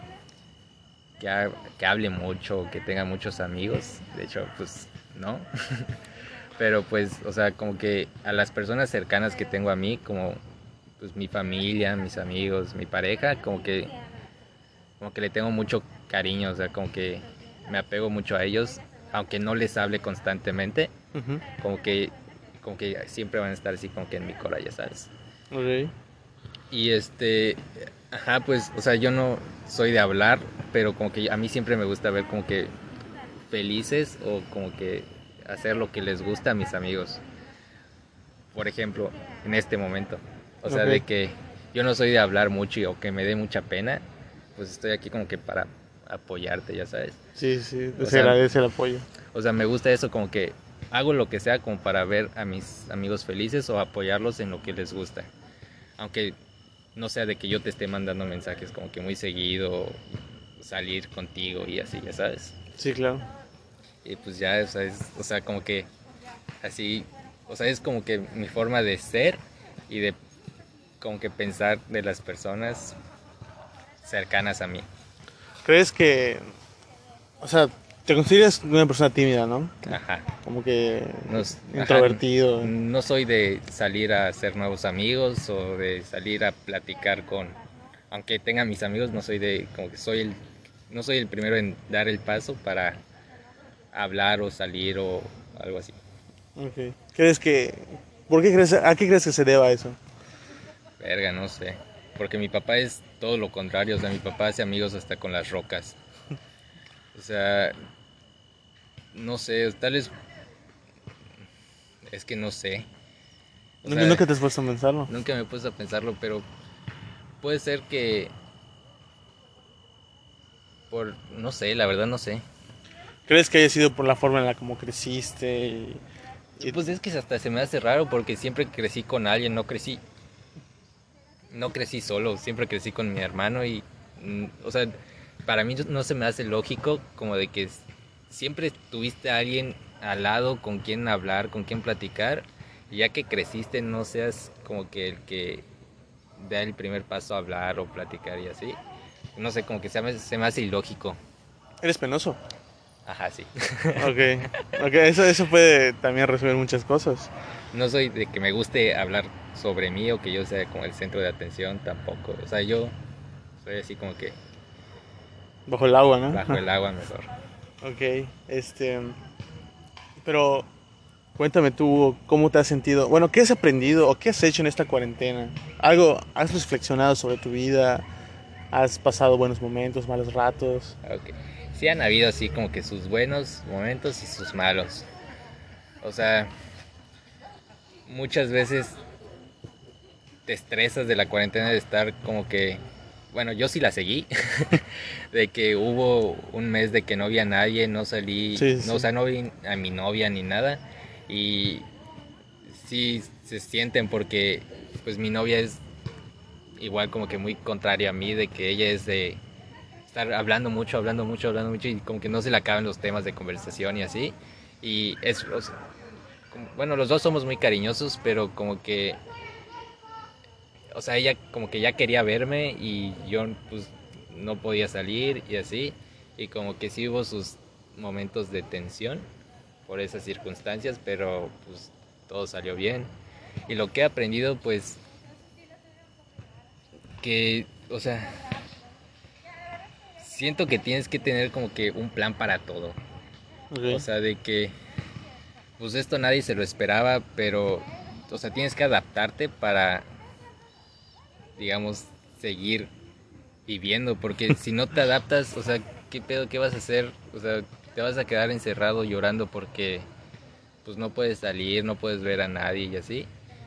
que hable mucho, que tenga muchos amigos, de hecho, pues no. Pero pues, o sea, como que a las personas cercanas que tengo a mí, como pues mi familia, mis amigos, mi pareja, como que le tengo mucho cariño, o sea, como que me apego mucho a ellos, aunque no les hable constantemente, Ujú. como que, como que siempre van a estar así como que en mi cora, ya sabes. Ok. Y ajá, pues, o sea, yo no soy de hablar, pero como que a mí siempre me gusta ver como que felices o como que hacer lo que les gusta a mis amigos. Por ejemplo, en este momento. O sea, de Ok. que yo no soy de hablar mucho o que me dé mucha pena, pues estoy aquí como que para apoyarte, ya sabes. Sí, sí, O se sea, agradece el apoyo. o sea, me gusta eso como que hago lo que sea como para ver a mis amigos felices o apoyarlos en lo que les gusta. Aunque no sea de que yo te esté mandando mensajes como que muy seguido, salir contigo y así, ya sabes. Sí, claro. Y pues ya, o sea, como que así, o sea, es como que mi forma de ser y de como que pensar de las personas cercanas a mí. ¿Crees que, o sea, te consideras una persona tímida, ¿no? Ajá. Como que No, ajá, introvertido. no soy de salir a hacer nuevos amigos o de salir a platicar con, aunque tenga mis amigos, no soy de, como que no soy el primero en dar el paso para hablar o salir o algo así. Ok. ¿Crees que, a qué crees que se deba eso? Verga, no sé. Porque mi papá es todo lo contrario, o sea, mi papá hace amigos hasta con las rocas. O sea, no sé, tal vez, es que no sé. O Nunca, sea, nunca te has puesto a pensarlo. nunca me he puesto a pensarlo, pero puede ser que no sé, la verdad no sé. ¿Crees que haya sido por la forma en la como creciste? Y- Pues es que hasta se me hace raro porque siempre crecí con alguien, no crecí solo, siempre crecí con mi hermano y, o sea, para mí no se me hace lógico como de que siempre tuviste a alguien al lado con quien hablar, con quien platicar, y ya que creciste no seas como que el que da el primer paso a hablar o platicar y así. No sé, como que se me hace ilógico. ¿Eres penoso? Ajá, sí. Ok, eso puede también resumir muchas cosas. No soy de que me guste hablar sobre mí o que yo sea como el centro de atención tampoco. O sea, yo soy así como que Bajo el agua, ¿no? bajo el agua mejor. Ok, pero cuéntame tú, ¿cómo te has sentido? Bueno, ¿qué has aprendido o qué has hecho en esta cuarentena? ¿Algo, has reflexionado sobre tu vida? ¿Has pasado buenos momentos, malos ratos? Ok. Sí han habido así como que sus buenos momentos y sus malos. O sea, muchas veces te estresas de la cuarentena de estar como que, bueno, yo sí la seguí, de que hubo un mes de que no vi a nadie, no salí, Sí, no, o sí. sea, no vi a mi novia ni nada, y sí se sienten porque pues mi novia es igual como que muy contraria a mí, de que ella es de estar hablando mucho, hablando mucho, hablando mucho, y como que no se le acaban los temas de conversación y así, y es, o sea, bueno, los dos somos muy cariñosos, pero como que, o sea, ella como que ya quería verme y yo pues no podía salir y así. Y como que sí hubo sus momentos de tensión por esas circunstancias, pero pues todo salió bien. Y lo que he aprendido pues que, o sea, siento que tienes que tener como que un plan para todo. O Ok. sea, de que pues esto nadie se lo esperaba, pero, o sea, tienes que adaptarte para, digamos, seguir viviendo, porque si no te adaptas, o sea, ¿qué pedo, qué vas a hacer? O sea, te vas a quedar encerrado llorando porque pues no puedes salir, no puedes ver a nadie y así.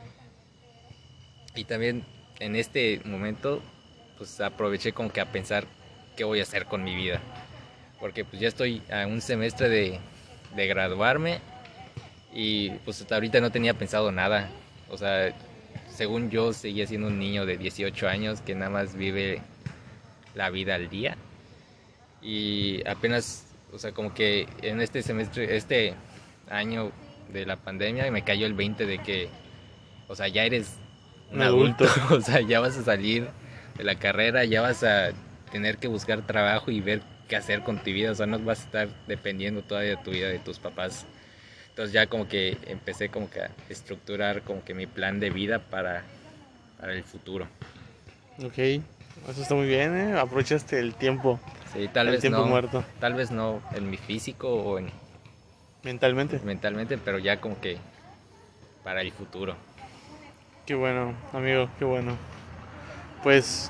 Y también en este momento pues aproveché como que a pensar qué voy a hacer con mi vida, porque pues ya estoy a un semestre de graduarme y pues hasta ahorita no tenía pensado nada. O sea, según yo seguía siendo un niño de 18 años que nada más vive la vida al día. Y apenas, o sea, como que en este semestre, este año de la pandemia me cayó el 20 de que, o sea, ya eres Un un adulto, adulto. o sea, ya vas a salir de la carrera, ya vas a tener que buscar trabajo y ver qué hacer con tu vida, o sea, no vas a estar dependiendo todavía de tu vida de tus papás. Entonces ya como que empecé como que a estructurar como que mi plan de vida para el futuro. Ok, eso está muy bien, ¿eh? Aprovechaste Sí, el tiempo muerto, tal vez no en mi físico o en mentalmente. mentalmente, pero ya como que para el futuro. Qué bueno, amigo, qué bueno. Pues,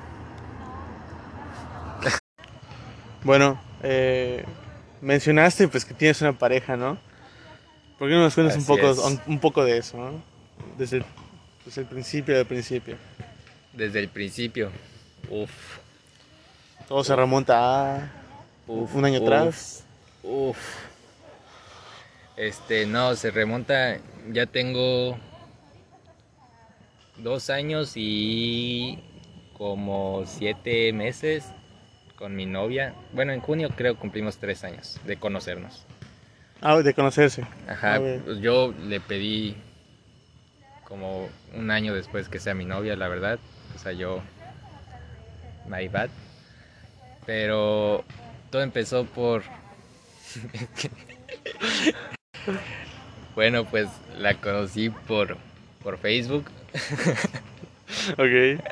bueno, mencionaste pues que tienes una pareja, ¿no? ¿Por qué no nos cuentas Así es. un poco de eso, ¿no? Desde, desde el principio del principio. Desde el principio. Uf, Todo se uf, remonta a uf, un año uf, atrás. uf. No, se remonta, ya tengo 2 años y como 7 meses con mi novia. Bueno, en junio creo cumplimos 3 años de conocernos. Ah, de conocerse. A Ajá, ver, pues yo le pedí como un año después que sea mi novia, la verdad. O sea, yo, my bad. Pero todo empezó por, bueno, pues la conocí por Facebook. ok.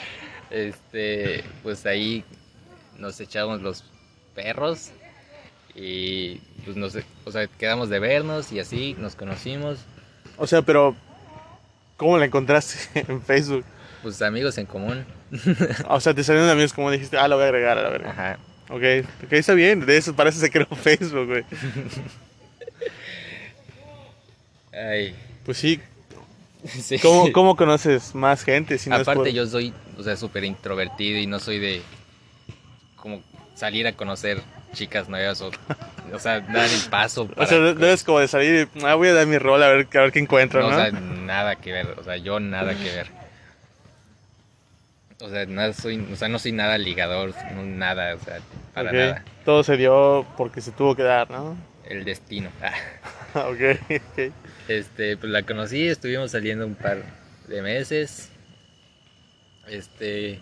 Pues ahí nos echamos los perros y pues o sea, quedamos de vernos y así nos conocimos. O sea, pero ¿cómo la encontraste en Facebook? Pues amigos en común. O sea, te salieron amigos como dijiste, ah, la voy a agregar a la verga. Ajá. Ok, ok, está bien, de eso parece se creó Facebook, güey. Ay, Pues sí, sí. ¿cómo conoces más gente si no es Aparte por... yo soy, o sea, súper introvertido y no soy de como salir a conocer chicas nuevas o sea, dar el paso O sea, para... debes como de salir y, ah, voy a dar mi rol a ver qué encuentro, No, o ¿no? sea, nada que ver, o sea, yo nada que ver. O sea, nada soy, o sea, no soy nada ligador, no, nada, o sea, para Ok, nada. todo se dio porque se tuvo que dar, ¿no? El destino. Ok, ok. Pues la conocí, estuvimos saliendo un par de meses Este,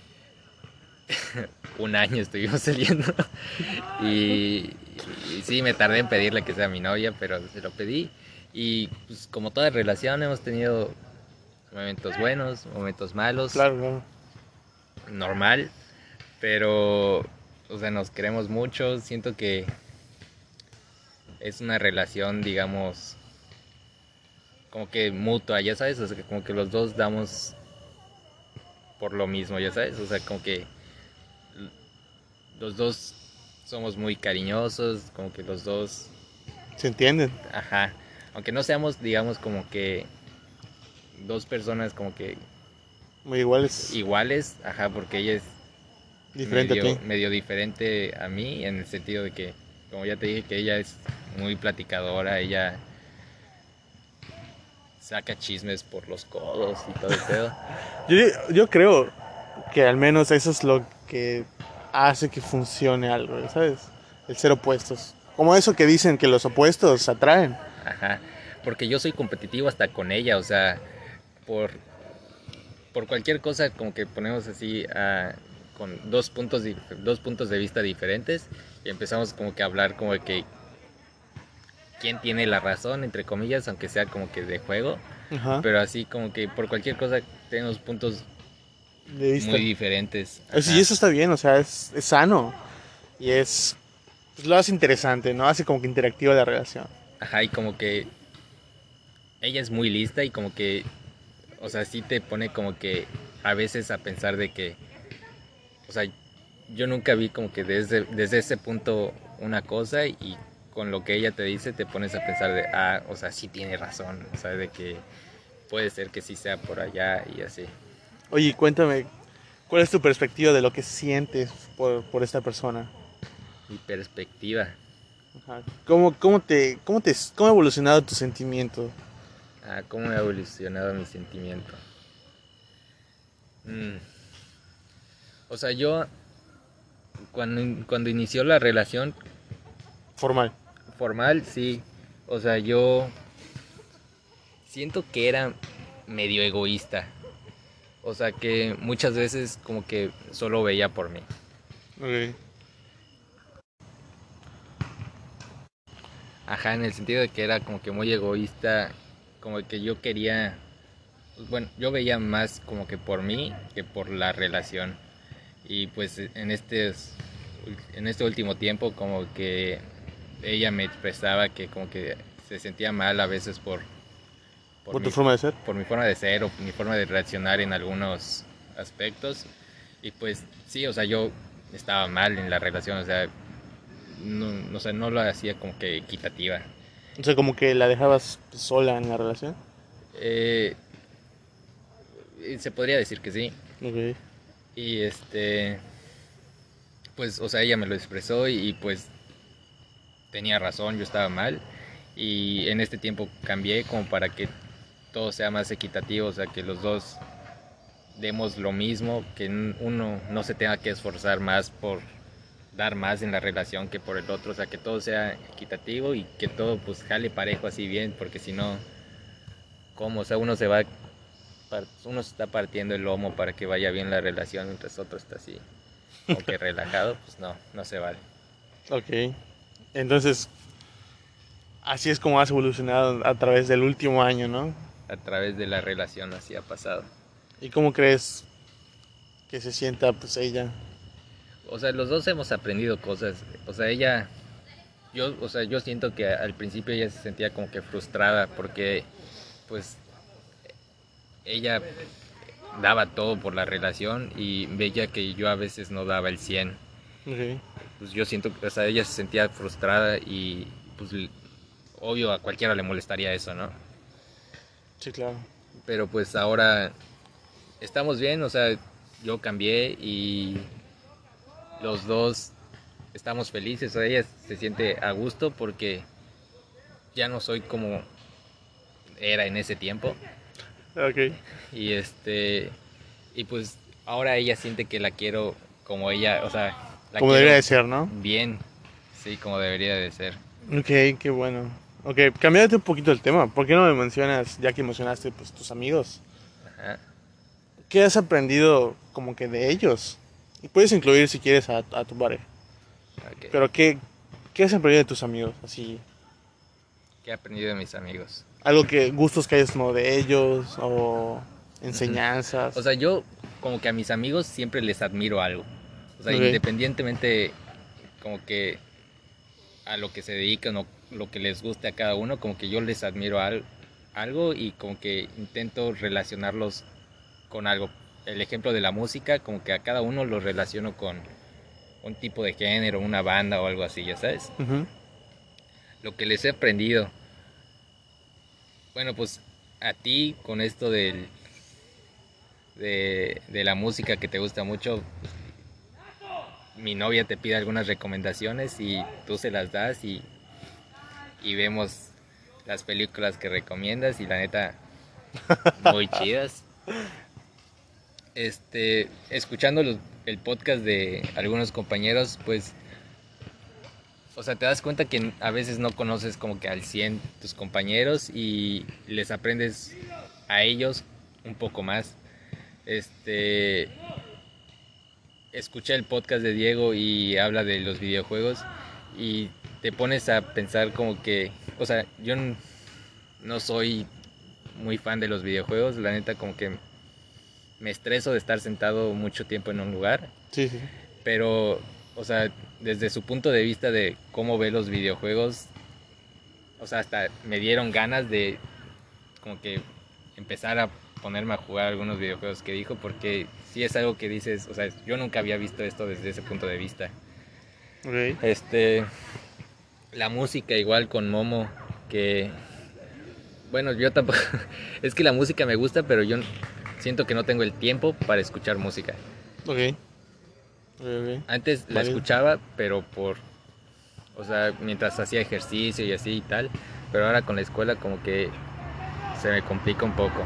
un año estuvimos saliendo y, y sí, me tardé en pedirle que sea mi novia, pero se lo pedí. Y pues como toda relación hemos tenido momentos buenos, momentos malos, Claro, claro. normal, pero, o sea, nos queremos mucho. Siento que es una relación, digamos, como que mutua, ya sabes, o sea, que como que los dos damos por lo mismo, ya sabes, o sea, como que los dos somos muy cariñosos, como que los dos, ¿Se entienden? ajá, aunque no seamos, digamos, como que dos personas como que Muy iguales. iguales, ajá, porque ella es Diferente a ti. medio diferente a mí, en el sentido de que, como ya te dije, que ella es muy platicadora, ella saca chismes por los codos y todo el pedo. Yo, yo creo que al menos eso es lo que hace que funcione algo, ¿sabes? El ser opuestos. Como eso que dicen que los opuestos atraen. Ajá, porque yo soy competitivo hasta con ella, o sea, por, por cualquier cosa como que ponemos así con dos puntos de vista diferentes y empezamos como que a hablar como de que quién tiene la razón, entre comillas, aunque sea como que de juego, Ajá. pero así como que por cualquier cosa tenemos puntos De muy vista. diferentes, Y ajá, eso está bien, o sea, es sano. Y es. Pues lo hace interesante, ¿no? Hace como que interactiva la relación. ajá, y como que ella es muy lista y como que, o sea, sí te pone como que a veces a pensar de que, o sea, yo nunca vi como que desde ese punto una cosa y con lo que ella te dice te pones a pensar de, o sea, sí tiene razón, o sea, de que puede ser que sí sea por allá y así. Oye, cuéntame, ¿cuál es tu perspectiva de lo que sientes por esta persona? Mi perspectiva, Ajá. ¿Cómo ha evolucionado tu sentimiento? cómo ha evolucionado mi sentimiento. Mm, O sea, yo cuando inició la relación Formal. formal, sí, o sea, yo siento que era medio egoísta. O sea que muchas veces como que solo veía por mí. Ok. Ajá, en el sentido de que era como que muy egoísta, como que yo quería, bueno, yo veía más como que por mí que por la relación. Y pues en este último tiempo como que ella me expresaba que como que se sentía mal a veces por ¿Por tu forma de ser? por mi forma de ser o mi forma de reaccionar en algunos aspectos. Y pues sí, o sea, yo estaba mal en la relación, o sea, no, o sea, no lo hacía como que equitativa. O sea, como que la dejabas sola en la relación. Eh, Se podría decir que sí. Ok. Y pues, o sea, ella me lo expresó y pues tenía razón, yo estaba mal. Y en este tiempo cambié como para que todo sea más equitativo, o sea, que los dos demos lo mismo, que uno no se tenga que esforzar más por dar más en la relación que por el otro, o sea, que todo sea equitativo y que todo pues jale parejo así bien, porque si no, ¿cómo? O sea, uno se está partiendo el lomo para que vaya bien la relación, mientras otro está así, como que relajado, pues no, no se vale. Ok. Entonces, así es como has evolucionado a través del último año, ¿no? A través de la relación así ha pasado. ¿Y cómo crees que se sienta pues ella? O sea, los dos hemos aprendido cosas. O sea, o sea, yo siento que al principio ella se sentía como que frustrada porque, pues, ella daba todo por la relación y veía que yo a veces no daba el 100. Ok. Pues yo siento que, o sea, ella se sentía frustrada y, pues, obvio a cualquiera le molestaría eso, ¿no? Sí, claro. Pero pues ahora estamos bien, o sea, yo cambié y los dos estamos felices, o sea, ella se siente a gusto porque ya no soy como era en ese tiempo Ok. y y pues ahora ella siente que la quiero como ella, o sea, la Como debería quiero de ser, ¿no? bien, sí, como debería de ser. Ok, qué bueno. Ok, cambiate un poquito el tema. ¿Por qué no me mencionas, ya que mencionaste pues tus amigos? Ajá. ¿qué has aprendido como que de ellos? Y puedes incluir si quieres a tu pareja. Ok. Pero ¿qué has aprendido de tus amigos? Así, ¿Qué he aprendido de mis amigos? algo que, gustos que hayas tomado de ellos o Ujú. O enseñanzas. sea, yo como que a mis amigos siempre les admiro algo. O sea, Ok. independientemente como que a lo que se dedican o lo que les guste a cada uno, como que yo les admiro algo y como que intento relacionarlos con algo. El ejemplo de la música, como que a cada uno lo relaciono con un tipo de género, una banda o algo así, ya sabes. Ujú. Lo que les he aprendido, bueno, pues a ti con esto de la música que te gusta mucho, mi novia te pide algunas recomendaciones y tú se las das y vemos las películas que recomiendas y la neta, muy chidas. Escuchando el podcast de algunos compañeros, pues, o sea, te das cuenta que a veces no conoces como que al 100 tus compañeros y les aprendes a ellos un poco más. Este, Escuché el podcast de Diego y habla de los videojuegos y te pones a pensar como que, o sea, yo no soy muy fan de los videojuegos, la neta como que me estreso de estar sentado mucho tiempo en un lugar, Sí, sí, sí. pero, o sea, desde su punto de vista de cómo ve los videojuegos, o sea, hasta me dieron ganas de como que empezar a ponerme a jugar algunos videojuegos que dijo, porque sí es algo que dices, o sea, yo nunca había visto esto desde ese punto de vista. Ok. Este, la música igual con Momo, que, bueno, yo tampoco, es que la música me gusta, pero yo siento que no tengo el tiempo para escuchar música. Ok. Ok, ok. Antes la Válido. escuchaba, pero o sea, mientras hacía ejercicio y así y tal, pero ahora con la escuela como que se me complica un poco.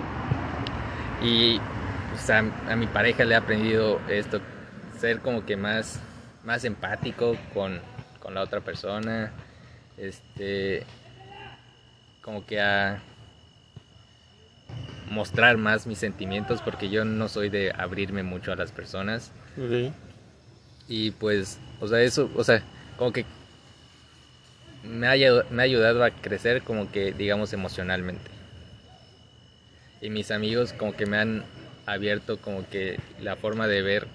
Y o sea, a mi pareja le he aprendido esto, ser como que más empático con la otra persona, este, como que a mostrar más mis sentimientos porque yo no soy de abrirme mucho a las personas Ok. y pues, o sea, eso, o sea, como que me ha ayudado a crecer como que digamos emocionalmente. Y mis amigos como que me han abierto como que la forma de ver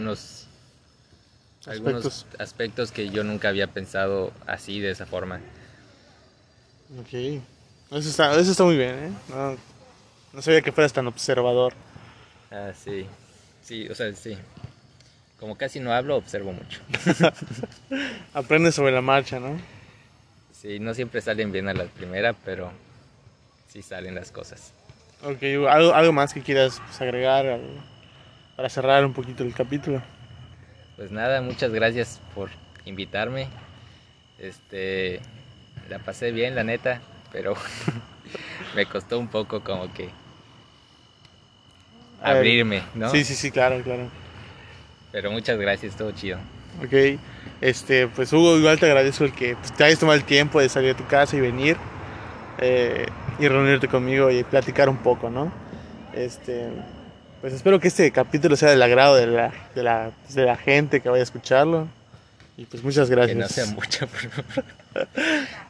algunos Aspectos. aspectos que yo nunca había pensado así, de esa forma. Ok. Eso está muy bien, ¿eh? No, no sabía que fueras tan observador. Ah, sí. Sí, o sea, sí. Como casi no hablo, observo mucho. Aprendes sobre la marcha, ¿no? Sí, no siempre salen bien a la primera, pero sí salen las cosas. Ok, algo más que quieras pues, agregar para cerrar un poquito el capítulo. Pues nada, muchas gracias por invitarme. Este, la pasé bien, la neta, pero me costó un poco como que El- abrirme, ¿no? sí, sí, sí, claro, claro. Pero muchas gracias, todo chido. Ok, pues Hugo, igual te agradezco el que pues, te hayas tomado el tiempo de salir de tu casa y venir eh, y reunirte conmigo y platicar un poco, ¿no? Este, pues espero que este capítulo sea del agrado de la gente que vaya a escucharlo y pues muchas Que no sea gracias. mucho, por favor.